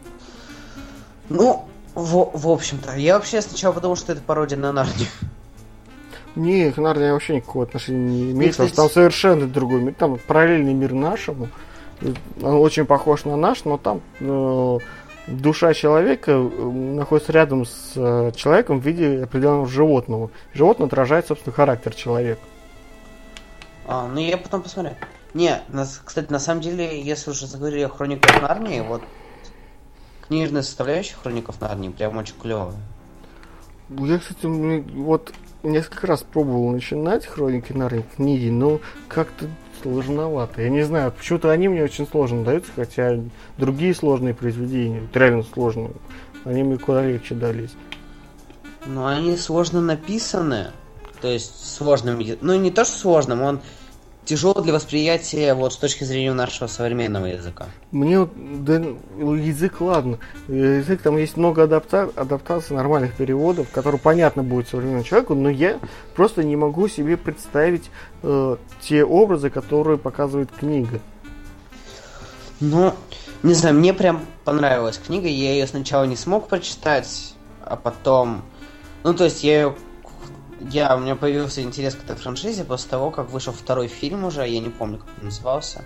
C: Ну, в, в общем-то, я вообще сначала подумал, что это пародия на Нарнию.
B: Не, к Нарнии вообще никакого отношения не имеет. Кстати... Там совершенно другой мир. Там параллельный мир нашему. Он очень похож на наш, но там... Э- душа человека находится рядом с э, человеком в виде определенного животного. Животное отражает, собственно, характер человека.
C: А, ну я потом посмотрю. Не, нас, кстати, на самом деле, если уже заговорили о Хрониках Нарнии, вот книжная составляющая Хроников Нарнии прям очень клевая.
B: Я, кстати, вот несколько раз пробовал начинать Хроники Нарнии книги, но как-то сложновато. Я не знаю, почему-то они мне очень сложно даются, хотя другие сложные произведения, реально сложные, они мне куда легче дались.
C: Ну, они сложно написаны, то есть сложным, ну не то, что сложным, он тяжелый для восприятия вот с точки зрения нашего современного языка.
B: Мне, да, язык, ладно, язык, там есть много адапта- адаптаций, нормальных переводов, которые понятно будет современному человеку, но я просто не могу себе представить э, те образы, которые показывает книга.
C: Ну, не знаю, мне прям понравилась книга, я ее сначала не смог прочитать, а потом, ну то есть я ее Я, у меня появился интерес к этой франшизе после того, как вышел второй фильм уже, я не помню, как он назывался.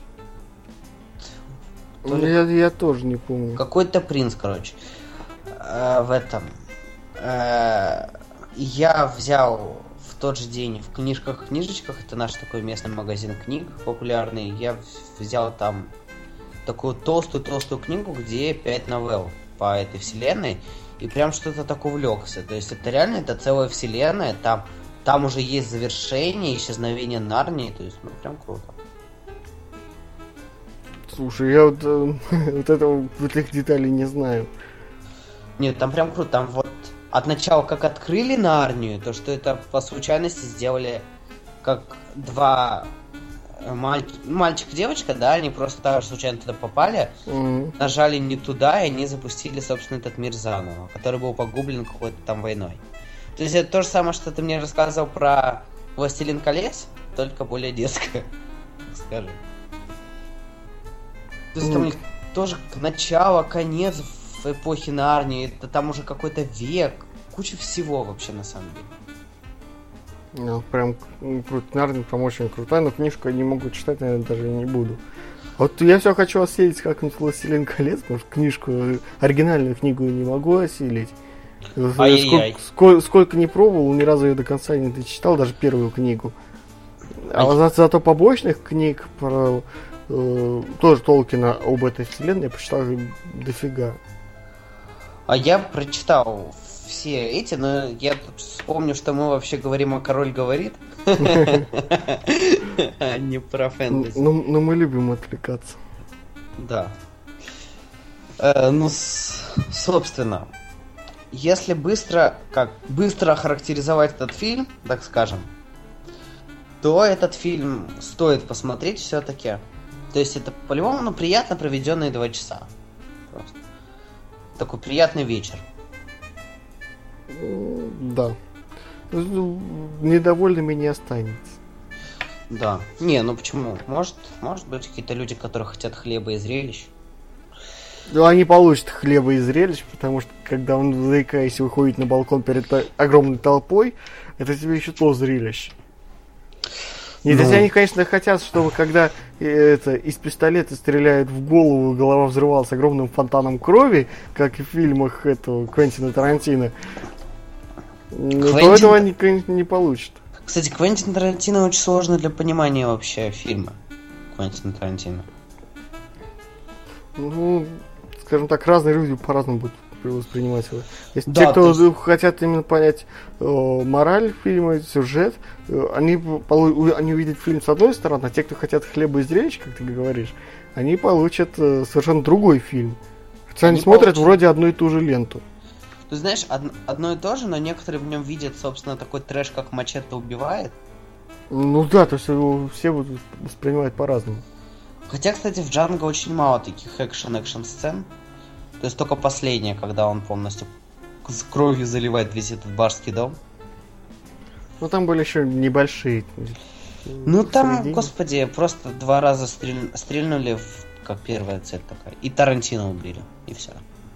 B: То ли... я, я тоже не помню.
C: Какой-то принц, короче. Э, в этом. Э, я взял в тот же день в книжках-книжечках, это наш такой местный магазин книг популярный, я взял там такую толстую-толстую книгу, где пять новелл по этой вселенной. И прям что-то так увлекся. То есть это реально, это целая вселенная. Там, там уже есть завершение, исчезновение Нарнии. То есть, ну, прям круто.
B: Слушай, я вот, э, вот этого, вот этих деталей не знаю.
C: Нет, там прям круто. Там вот от начала, как открыли Нарнию, то, что это по случайности сделали как два... Маль... Мальчик и девочка, да, они просто так же случайно туда попали, mm-hmm. нажали не туда, и они запустили, собственно, этот мир заново, который был погублен какой-то там войной. То есть это то же самое, что ты мне рассказывал про «Властелин колец», только более детское, скажи. То есть mm-hmm. там у них тоже начало, конец в эпохе Нарнии, это там уже какой-то век, куча всего вообще на самом деле.
B: Ну, прям круто. Нарния прям очень крутая, но книжку я не могу читать, наверное, даже и не буду. Вот я все хочу осилить как-нибудь «Властелин колец», потому что книжку, оригинальную книгу я не могу осилить. Сколько, сколько, сколько не пробовал, ни разу ее до конца не дочитал, даже первую книгу. А за, зато побочных книг про э, тоже Толкина об этой вселенной я прочитал дофига.
C: А я прочитал все эти, но я тут вспомню, что мы вообще говорим о «Король говорит», а не про фэнтези.
B: Но мы любим отвлекаться.
C: Да. Э, ну, с- собственно, если быстро, как, быстро охарактеризовать этот фильм, так скажем, то этот фильм стоит посмотреть все-таки. То есть это по-любому, ну, приятно проведенные два часа. Просто. Такой приятный вечер.
B: М, Да. Ну, недовольными не останется.
C: Да. Не, ну почему? Может, может быть, какие-то люди, которые хотят хлеба и зрелищ.
B: Ну, они получат хлеба и зрелищ, потому что, когда он, заикаясь, выходит на балкон перед то- огромной толпой, это тебе еще то зрелище. Нет,
C: Ну.
B: если они, конечно, хотят, чтобы когда э, это, из пистолета стреляют в голову, голова взрывалась огромным фонтаном крови, как и в фильмах этого Квентина Тарантино, ну, то
C: Квентин-
B: этого они, конечно, не получат.
C: Кстати, Квентин Тарантино очень сложно для понимания вообще фильма. Квентина Тарантино.
B: Ну, скажем так, разные люди по-разному будут воспринимать его. Если
C: Да,
B: те, кто
C: то есть-
B: хотят именно понять э, мораль фильма, сюжет, э, они, полу- у- они увидят фильм с одной стороны, а те, кто хотят хлеба и зрелищ, как ты говоришь, они получат э, совершенно другой фильм. Хотя они,
C: Они
B: смотрят
C: получат-
B: вроде одну и ту же ленту.
C: Ты знаешь, од- одно и то же, но некоторые в нем видят, собственно, такой трэш, как Мачете убивает.
B: Ну да, то есть его все будут воспринимать по-разному.
C: Хотя, кстати, в Джанго очень мало таких экшен-экшен сцен. То есть только последняя, когда он полностью с кровью заливает весь этот барский дом.
B: Ну там были еще небольшие.
C: Ну
B: в
C: там,
B: середине.
C: господи, просто два раза стрель- стрельнули, в... как первая цель такая. И Тарантино убили, и все.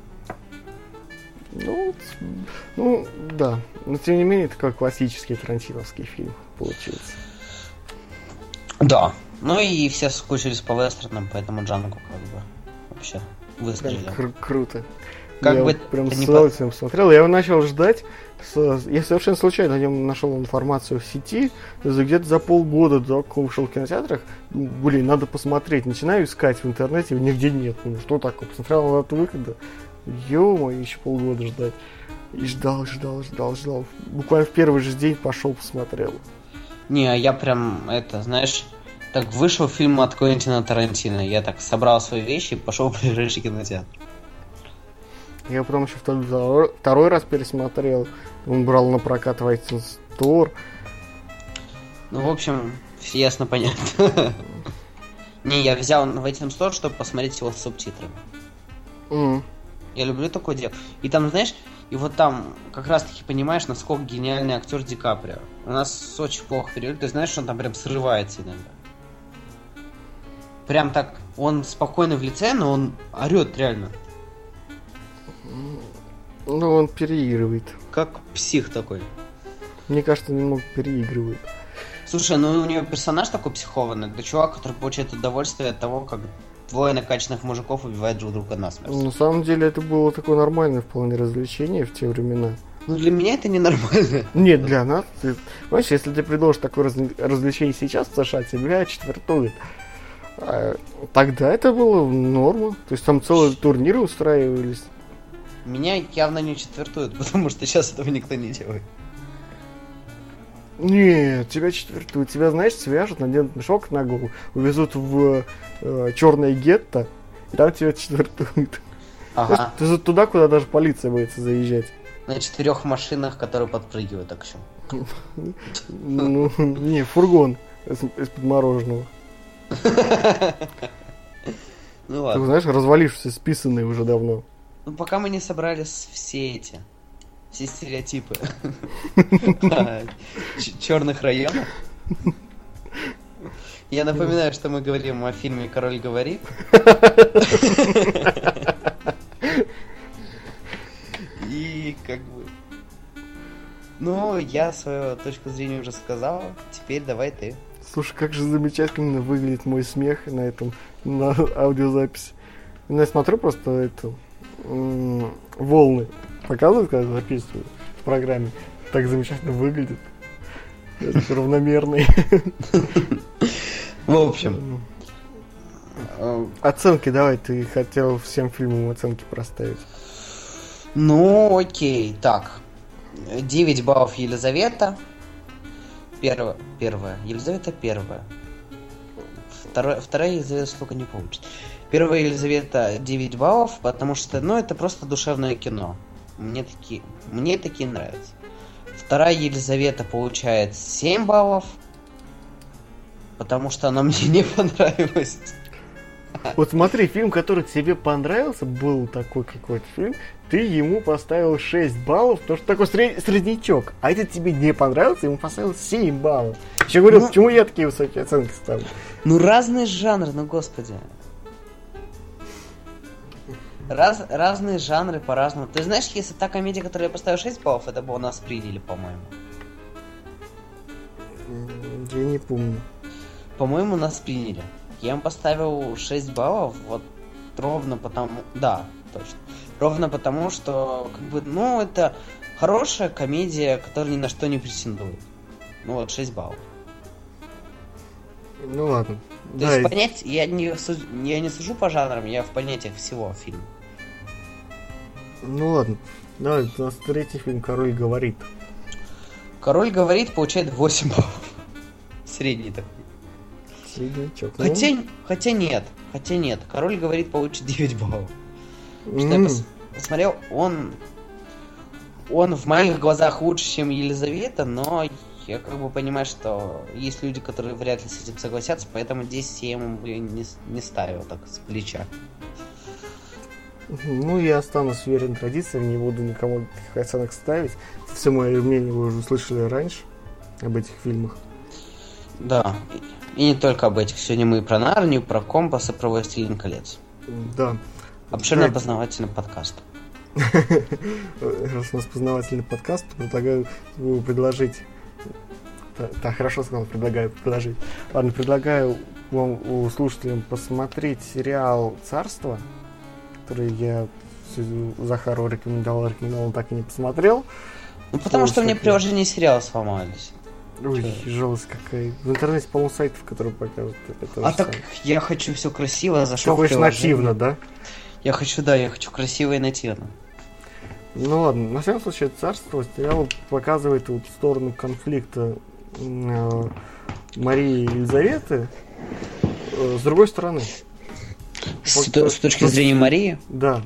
B: Ну, вот, ну, да. Но тем не менее, такой классический тарантиновский фильм получился.
C: Да. Ну и все скучились по вестернам, поэтому Джанго как бы вообще
B: Прям
C: выстрелил.
B: кру- круто.
C: Как
B: я
C: бы
B: прям
C: это
B: с
C: не
B: удовольствием смотрел. Я его начал ждать. с- Я совершенно случайно о нем нашел информацию в сети. За- Где-то за полгода до как он вышел в кинотеатрах. Ну, Блин, надо посмотреть. Начинаю искать в интернете, нигде нет. Ну что такое? Посмотрел на дату выхода. Ё-моё, еще полгода ждать. И ждал, ждал, ждал, ждал. Буквально в первый же день пошел, посмотрел.
C: Не, а я прям, это, знаешь, так вышел фильм от Квентина Тарантино. Я так собрал свои вещи и пошел в ближайший кинотеатр.
B: Я потом еще второй, второй раз пересмотрел. Он брал на прокат в iTunes Store.
C: Ну, в общем, все ясно понятно. Не, я взял в этом Store, чтобы посмотреть его с субтитрами.
B: М.
C: Я люблю такое дело. И там, знаешь, и вот там как раз таки понимаешь, насколько гениальный актер Ди Каприо. У нас очень плохо перевели. Ты знаешь, что он там прям срывается иногда. Прям так, он спокойный в лице, но он орет реально.
B: Ну, он переигрывает.
C: Как псих такой.
B: Мне кажется, немного переигрывает.
C: Слушай, ну у него персонаж такой психованный. Это чувак, который получает удовольствие от того, как двое накачанных мужиков убивают друг друга насмерть.
B: На самом деле, это было такое нормальное вполне развлечение в те времена.
C: Ну для меня это ненормально.
B: Нет, для нас... Ты... Понимаешь, если ты предложишь такое раз... развлечение сейчас в США, тебя четвертуют. А тогда это было норма. То есть там целые турниры устраивались.
C: Меня явно не четвертуют, потому что сейчас этого никто не делает.
B: Нет, тебя четвертуют. Тебя, знаешь, свяжут, наденут мешок на голову, увезут в э, черное гетто, и там тебя четвертуют.
C: Ага.
B: Ты за- туда, куда даже полиция боится заезжать.
C: На четырех машинах, которые подпрыгивают, так что.
B: Ну, не, фургон из- из-под мороженого.
C: Ну
B: Ты
C: ладно.
B: знаешь, развалившийся, списанный уже давно.
C: Ну пока мы не собрали с- все эти. Все стереотипы. Черных районов. Я напоминаю, что мы говорим о фильме «Король говорит». И как бы... Ну, я свою точку зрения уже сказал. Теперь давай ты.
B: Слушай, как же замечательно выглядит мой смех на этом, на аудиозаписи. Ну, я смотрю просто эту м, волны. Показывают, когда записываю в программе. Так замечательно выглядит. Это равномерный.
C: В общем. э,
B: Оценки давай, ты хотел всем фильмам оценки проставить.
C: Ну, окей. Так. девять баллов Елизавета. Первая. Первая. Елизавета первая. Вторая, вторая Елизавета столько не получит. Первая Елизавета девять баллов, потому что, ну, это просто душевное кино. Мне такие, мне такие нравятся. Вторая Елизавета получает семь баллов, потому что она мне не понравилась.
B: Вот смотри, фильм, который тебе понравился, был такой какой-то фильм, ты ему поставил шесть баллов, потому что такой сред... среднячок. А этот тебе не понравился, ему поставил семь баллов. Еще говорю, ну, почему я такие высокие оценки ставлю?
C: Ну, разные жанры, ну, господи. Раз, разные жанры по-разному. Ты знаешь, если та комедия, которую я поставил шесть баллов, это было «Нас приняли», по-моему.
B: Я не помню.
C: По-моему, «Нас приняли». Я им поставил шесть баллов, вот ровно потому... Да, точно. Ровно потому, что, как бы, ну, это хорошая комедия, которая ни на что не претендует. Ну вот, шесть баллов.
B: Ну ладно.
C: То
B: да,
C: есть, и... понять, я не, суд... я не сужу по жанрам, я в понятиях всего фильма.
B: Ну ладно. Давай, у нас третий фильм «Король говорит». «
C: Король говорит» получает восемь баллов. Средний такой.
B: Среднячок.
C: Хотя,
B: ну...
C: хотя нет, хотя нет. «Король говорит» получит девять баллов.
B: Mm.
C: Что я пос... посмотрел, он... Он в моих глазах лучше, чем Елизавета, но я как бы понимаю, что есть люди, которые вряд ли с этим согласятся, поэтому здесь я ему бы не, не ставил так с плеча.
B: Ну, я останусь верен традициям, не буду никому таких оценок ставить. Все мое мнение вы уже слышали раньше об этих фильмах.
C: Да, и не только об этих. Сегодня мы и про Нарнию, про Компас, и про «Властелин колец».
B: Да.
C: Обширно познавательный подкаст.
B: Раз у нас познавательный подкаст, то предлагаю предложить... Да, хорошо сказал, предлагаю предложить. Ладно, предлагаю вам, у слушателям, посмотреть сериал «Царство», который я Захару рекомендовал, рекомендовал, он так и не посмотрел.
C: Ну, потому что мне приложение сериала сломались.
B: Ой, жалость какая. В интернете, по-моему, сайтов, которые показывают это.
C: А так самое. Я хочу все красиво, зашел.
B: Ты хочешь нативно, да?
C: Я хочу, да, я хочу красиво и нативно.
B: Ну ладно, на всяком случае, «Царство» сериал показывает вот сторону конфликта э, Марии и Елизаветы э, с другой стороны.
C: С, вот, с точки зрения Марии?
B: Да.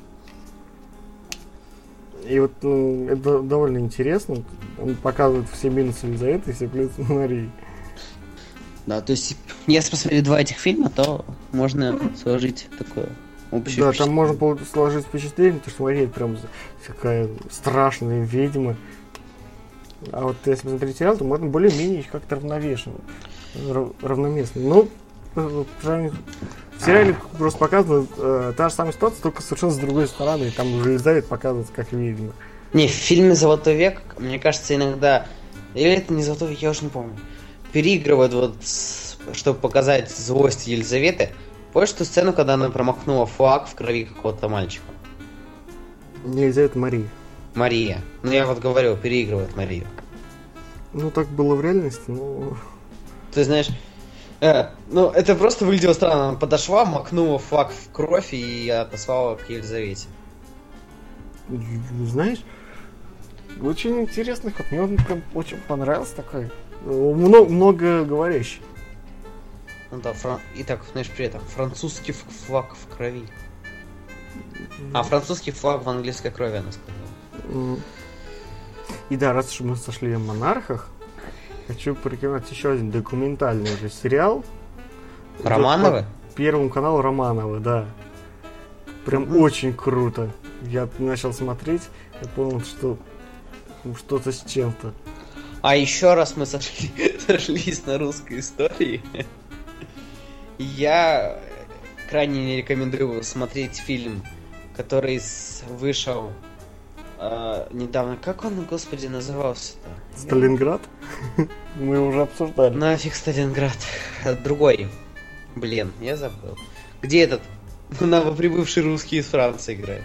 B: И вот ну, это довольно интересно. Он показывает все минусы Елизаветы и все плюсы Марии.
C: Да, то есть, если посмотреть два этих фильма, то можно сложить такое общее
B: Да, там можно сложить впечатление, что Мария прям такая страшная ведьма. А вот если посмотреть сериал, то можно более-менее как-то равновешенно, равноместно. Ну, в сериале просто показана э, та же самая ситуация, только совершенно с другой стороны. И там уже Елизавета показывается как ведьма.
C: Не, в фильме «Золотой век», мне кажется, иногда... Или это не «Золотой век», я уже не помню. Переигрывают вот, чтобы показать злость Елизаветы. Помнишь ту сцену, когда она промахнула флаг в крови какого-то мальчика?
B: Не Елизавета, Мария.
C: Мария. Ну я вот говорю, переигрывает Марию.
B: Ну так было в реальности, но...
C: Ты знаешь... Э, ну, это просто выглядело странно. Она подошла, макнула флаг в кровь и отослала к Елизавете.
B: Знаешь, очень интересный ход. Мне он прям очень понравился такой. Много, много говорящий.
C: Ну да, фран... и так, знаешь, при этом французский флаг в крови. А французский флаг в английской крови, она сказала.
B: И да, раз уж мы сошли о монархах, хочу порекомендовать еще один документальный уже сериал.
C: Романовы?
B: По Первому каналу Романовы, да. Прям mm-hmm. очень круто. Я начал смотреть, я понял, что что-то с чем-то.
C: А еще раз мы сошли, сошлись на русской истории. Я крайне не рекомендую смотреть фильм, который вышел э, недавно. Как он, господи, назывался-то?
B: Сталинград? Мы его уже обсуждали.
C: Нафиг Сталинград. Другой. Блин, я забыл. Где этот новоприбывший русский из Франции играет?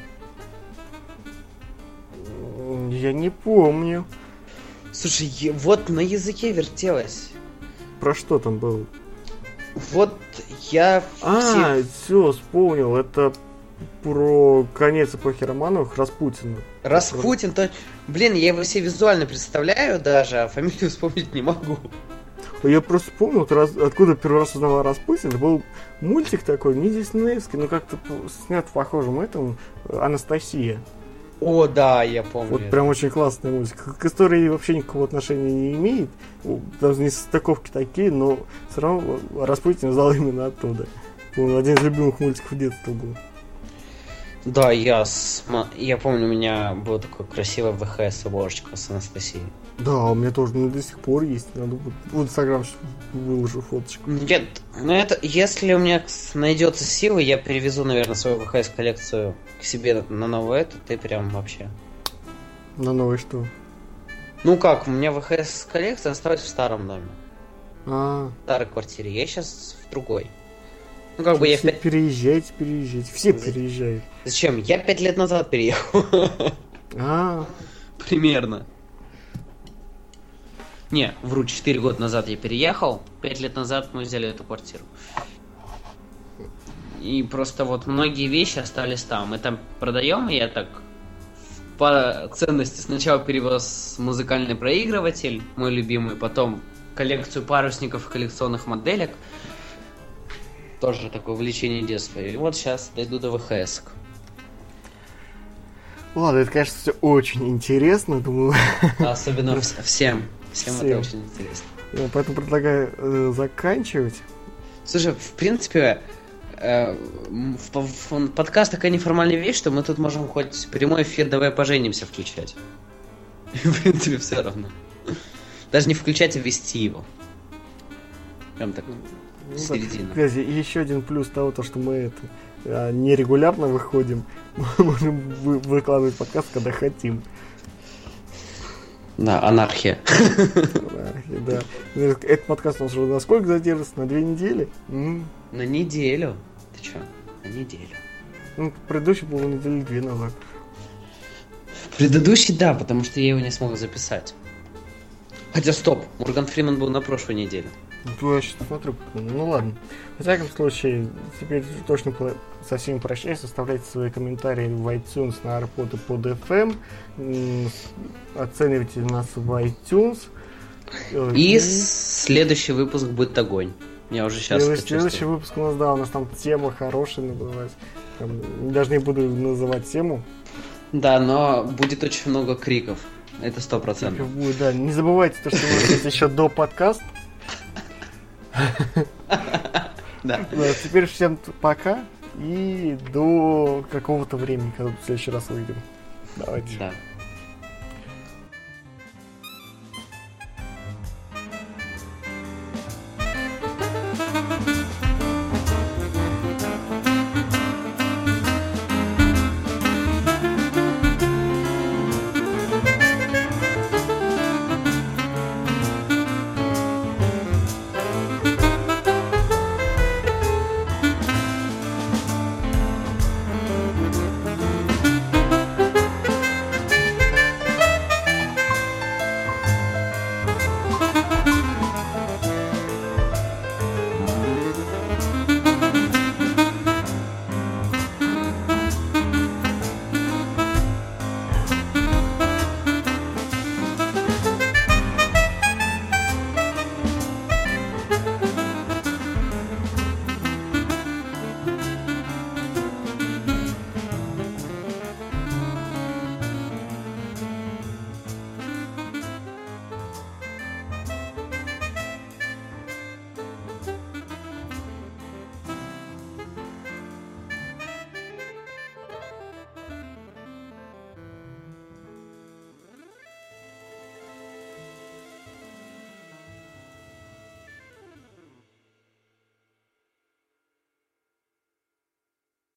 B: Я не помню.
C: Слушай, вот на языке вертелось.
B: Про что там было?
C: Вот я...
B: А, все, все вспомнил. Это про конец эпохи Романовых, Распутина.
C: Распутин, то... Блин, я его себе визуально представляю даже, а фамилию вспомнить не могу.
B: Я просто помню, вот раз, откуда первый раз узнал о Распутине. Это был мультик такой, не диснеевский, но как-то снят в похожем этом «Анастасия».
C: О, да, я помню.
B: Вот прям очень классный мультик. К истории вообще никакого отношения не имеет. Даже не состыковки такие, но все равно Распутин взял именно оттуда. Он один из любимых мультиков детства был.
C: Да, я, см... я помню, у меня была такая красивая вэ ха эс-обложечка с Анастасией.
B: Да, у меня тоже ну, до сих пор есть. Надо будет в Инстаграм выложу фоточку.
C: Нет, ну это, если у меня найдется сила, я перевезу, наверное, свою вэ ха эс-коллекцию к себе на новую эту, ты прям вообще.
B: На новое что?
C: Ну как, у меня вэ ха эс-коллекция осталась в старом доме.
B: А,
C: В старой квартире, я сейчас в другой. Ну как бы я в
B: все
C: пять...
B: переезжайте, переезжайте. Все переезжают.
C: Зачем? Я пять лет назад переехал.
B: А,
C: Примерно. Не, вру, четыре года назад я переехал, пять лет назад мы взяли эту квартиру. И просто вот многие вещи остались там. Мы там продаем, и я так по ценности сначала перевез музыкальный проигрыватель, мой любимый, потом коллекцию парусников и коллекционных моделек. Тоже такое увлечение детства. И вот сейчас дойду до вэ ха эс-ок.
B: ладно, это, конечно, все очень интересно, думаю.
C: Особенно вс- всем. Всем
B: Всем.
C: это очень интересно.
B: Ну, поэтому предлагаю э, заканчивать.
C: Слушай, в принципе, э, в, в, в подкаст такая неформальная вещь, что мы тут можем хоть прямой эфир «Давай поженимся» включать. В принципе, все равно. Даже не включать, а вести его. Прям так,
B: Ну,
C: середина.
B: так, кстати, и еще один плюс того, то, что мы это а, нерегулярно выходим, мы можем вы- выкладывать подкаст, когда хотим.
C: Да, анархия.
B: Анархия, да. Этот подкаст у нас уже на сколько задержится? На две недели? М.
C: На неделю. Ты чё? На неделю.
B: Ну, предыдущий был недели две назад.
C: Предыдущий, да, потому что я его не смог записать. Хотя, стоп, Морган Фриман был на прошлой неделе.
B: Ну, я сейчас смотрю. Ну ладно. Во всяком случае, теперь точно по- со всеми прощаюсь. Оставляйте свои комментарии в iTunes, на AirPod и под эф эм. М, Оценивайте нас в iTunes. Э,
C: И следующий выпуск будет огонь. Я уже сейчас это
B: Следующий, следующий
C: чувствую.
B: выпуск у нас, да, у нас там тема хорошая называлась. Там, даже не буду называть тему.
C: Да, но будет очень много криков. Это сто процентов.
B: Будет, да. Не забывайте, то, что у нас есть еще до подкаст.
C: Да.
B: Да, теперь всем пока и до какого-то времени, когда в следующий раз выйдем. Давайте.
C: Да.